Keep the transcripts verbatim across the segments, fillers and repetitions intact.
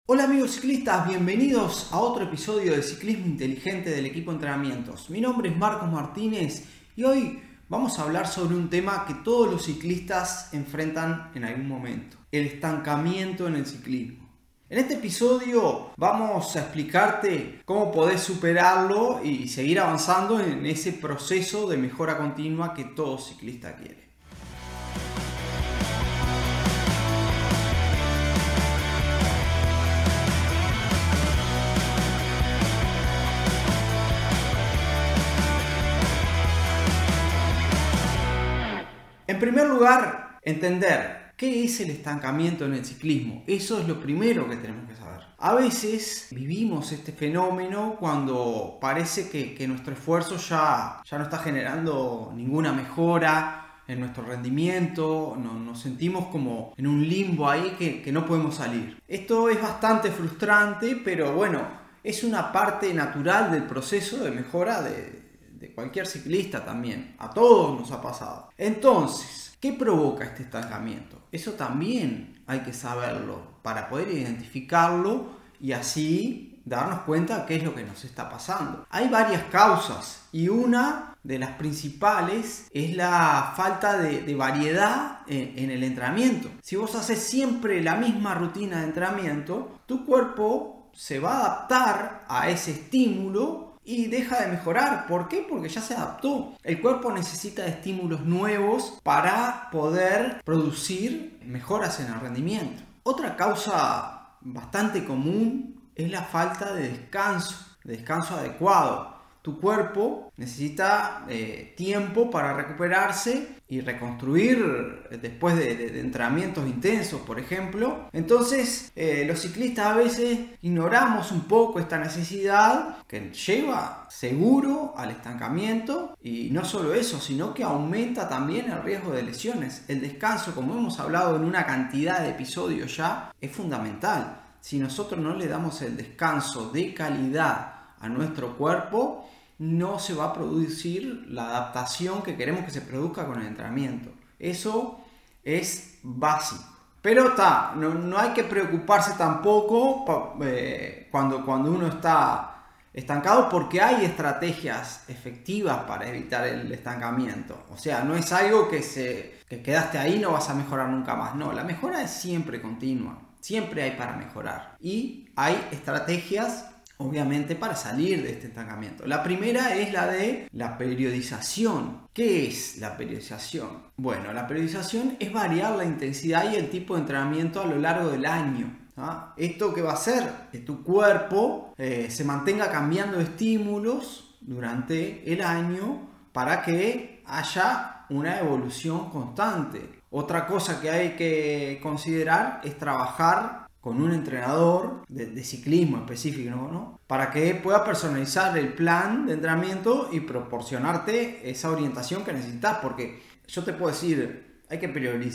Hola amigos ciclistas, bienvenidos a otro episodio de Ciclismo Inteligente del equipo Entrenamientos. Mi nombre es Marcos Martínez y hoy vamos a hablar sobre un tema que todos los ciclistas enfrentan en algún momento: el estancamiento en el ciclismo. En este episodio vamos a explicarte cómo podés superarlo y seguir avanzando en ese proceso de mejora continua que todo ciclista quiere. En primer lugar, entender qué es el estancamiento en el ciclismo. Eso es lo primero que tenemos que saber. A veces vivimos este fenómeno cuando parece que, que nuestro esfuerzo ya, ya no está generando ninguna mejora en nuestro rendimiento, no, nos sentimos como en un limbo ahí que, que no podemos salir. Esto es bastante frustrante, pero bueno, es una parte natural del proceso de mejora de de cualquier ciclista también. A todos nos ha pasado. Entonces, ¿qué provoca este estancamiento? Eso también hay que saberlo para poder identificarlo y así darnos cuenta qué es lo que nos está pasando. Hay varias causas y una de las principales es la falta de, de variedad en, en el entrenamiento. Si vos haces siempre la misma rutina de entrenamiento, tu cuerpo se va a adaptar a ese estímulo y deja de mejorar. ¿Por qué? Porque ya se adaptó. El cuerpo necesita de estímulos nuevos para poder producir mejoras en el rendimiento. Otra causa bastante común es la falta de descanso, de descanso adecuado. Tu cuerpo necesita eh, tiempo para recuperarse y reconstruir después de, de, de entrenamientos intensos, por ejemplo. Entonces, eh, los ciclistas a veces ignoramos un poco esta necesidad que lleva seguro al estancamiento, y no solo eso, sino que aumenta también el riesgo de lesiones. El descanso, como hemos hablado en una cantidad de episodios ya, es fundamental. Si nosotros no le damos el descanso de calidad a nuestro cuerpo, no se va a producir la adaptación que queremos que se produzca con el entrenamiento. Eso es básico. Pero está, no, no hay que preocuparse tampoco eh, cuando, cuando uno está estancado, porque hay estrategias efectivas para evitar el estancamiento. O sea, no es algo que, se, que quedaste ahí y no vas a mejorar nunca más. No, la mejora es siempre continua. Siempre hay para mejorar. Y hay estrategias, obviamente, para salir de este estancamiento. La primera es la de la periodización. ¿Qué es la periodización? Bueno, la periodización es variar la intensidad y el tipo de entrenamiento a lo largo del año. ¿Ah? Esto que va a hacer que tu cuerpo eh, se mantenga cambiando estímulos durante el año para que haya una evolución constante. Otra cosa que hay que considerar es trabajar con un entrenador de, de ciclismo específico, ¿no? Para que pueda personalizar el plan de entrenamiento y proporcionarte esa orientación que necesitas. Porque yo te puedo decir, hay que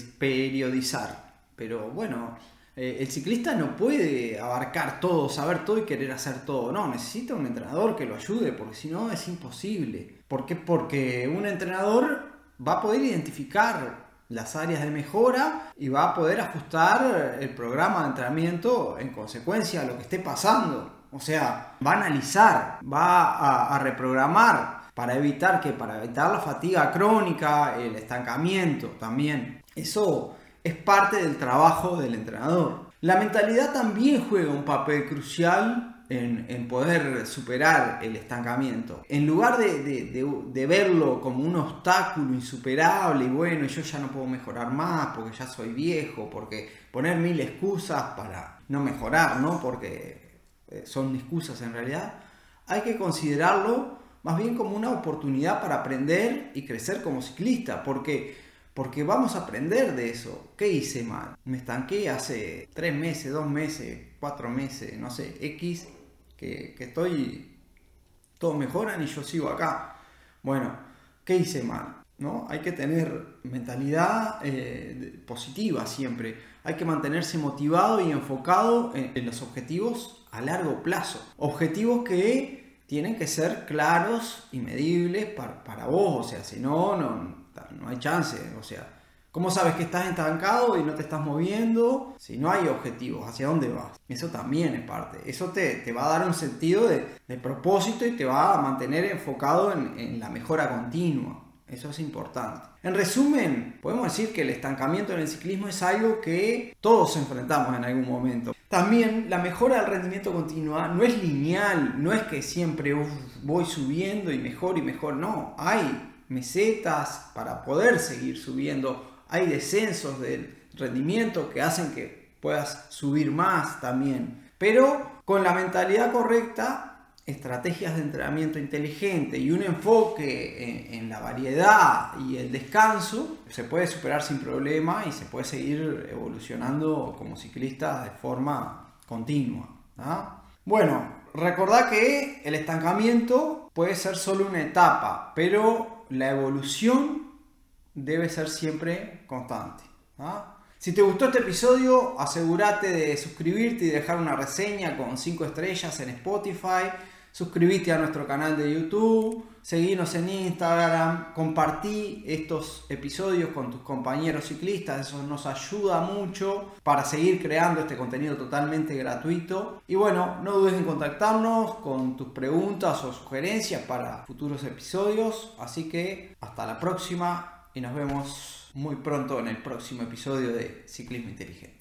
periodizar, pero bueno, eh, el ciclista no puede abarcar todo, saber todo y querer hacer todo. No, necesita un entrenador que lo ayude, porque si no es imposible. ¿Por qué? Porque un entrenador va a poder identificar las áreas de mejora y va a poder ajustar el programa de entrenamiento en consecuencia a lo que esté pasando. O sea, va a analizar, va a, a reprogramar para evitar que, para evitar la fatiga crónica, el estancamiento también. Eso es parte del trabajo del entrenador. La mentalidad también juega un papel crucial En, en poder superar el estancamiento. En lugar de, de, de, de verlo como un obstáculo insuperable y bueno, yo ya no puedo mejorar más porque ya soy viejo, porque poner mil excusas para no mejorar, ¿no? Porque son excusas en realidad, hay que considerarlo más bien como una oportunidad para aprender y crecer como ciclista, porque Porque vamos a aprender de eso. ¿Qué hice mal? Me estanqué hace tres meses, dos meses, cuatro meses, no sé, X, que, que estoy, todos mejoran y yo sigo acá. Bueno, ¿qué hice mal? ¿No? Hay que tener mentalidad eh, positiva siempre. Hay que mantenerse motivado y enfocado en, en los objetivos a largo plazo. Objetivos que tienen que ser claros y medibles para, para vos. O sea, si no, no... no hay chance. O sea, ¿Cómo sabes que estás estancado y no te estás moviendo? Si no hay objetivos, ¿hacia dónde vas? Eso también es parte. Eso te, te va a dar un sentido de, de propósito y te va a mantener enfocado en, en la mejora continua. Eso es importante. En resumen, podemos decir que el estancamiento en el ciclismo es algo que todos enfrentamos en algún momento. También la mejora del rendimiento continua no es lineal, no es que siempre uf, voy subiendo y mejor y mejor, no. Hay mesetas para poder seguir subiendo, hay descensos del rendimiento que hacen que puedas subir más también. Pero con la mentalidad correcta, estrategias de entrenamiento inteligente y un enfoque en, en la variedad y el descanso, se puede superar sin problema y se puede seguir evolucionando como ciclista de forma continua, ¿no? Bueno, recordad que el estancamiento puede ser solo una etapa, pero la evolución debe ser siempre constante, ¿no? Si te gustó este episodio, asegúrate de suscribirte y dejar una reseña con cinco estrellas en Spotify. Suscríbete a nuestro canal de YouTube, seguinos en Instagram, compartí estos episodios con tus compañeros ciclistas, eso nos ayuda mucho para seguir creando este contenido totalmente gratuito. Y bueno, no dudes en contactarnos con tus preguntas o sugerencias para futuros episodios, así que hasta la próxima y nos vemos muy pronto en el próximo episodio de Ciclismo Inteligente.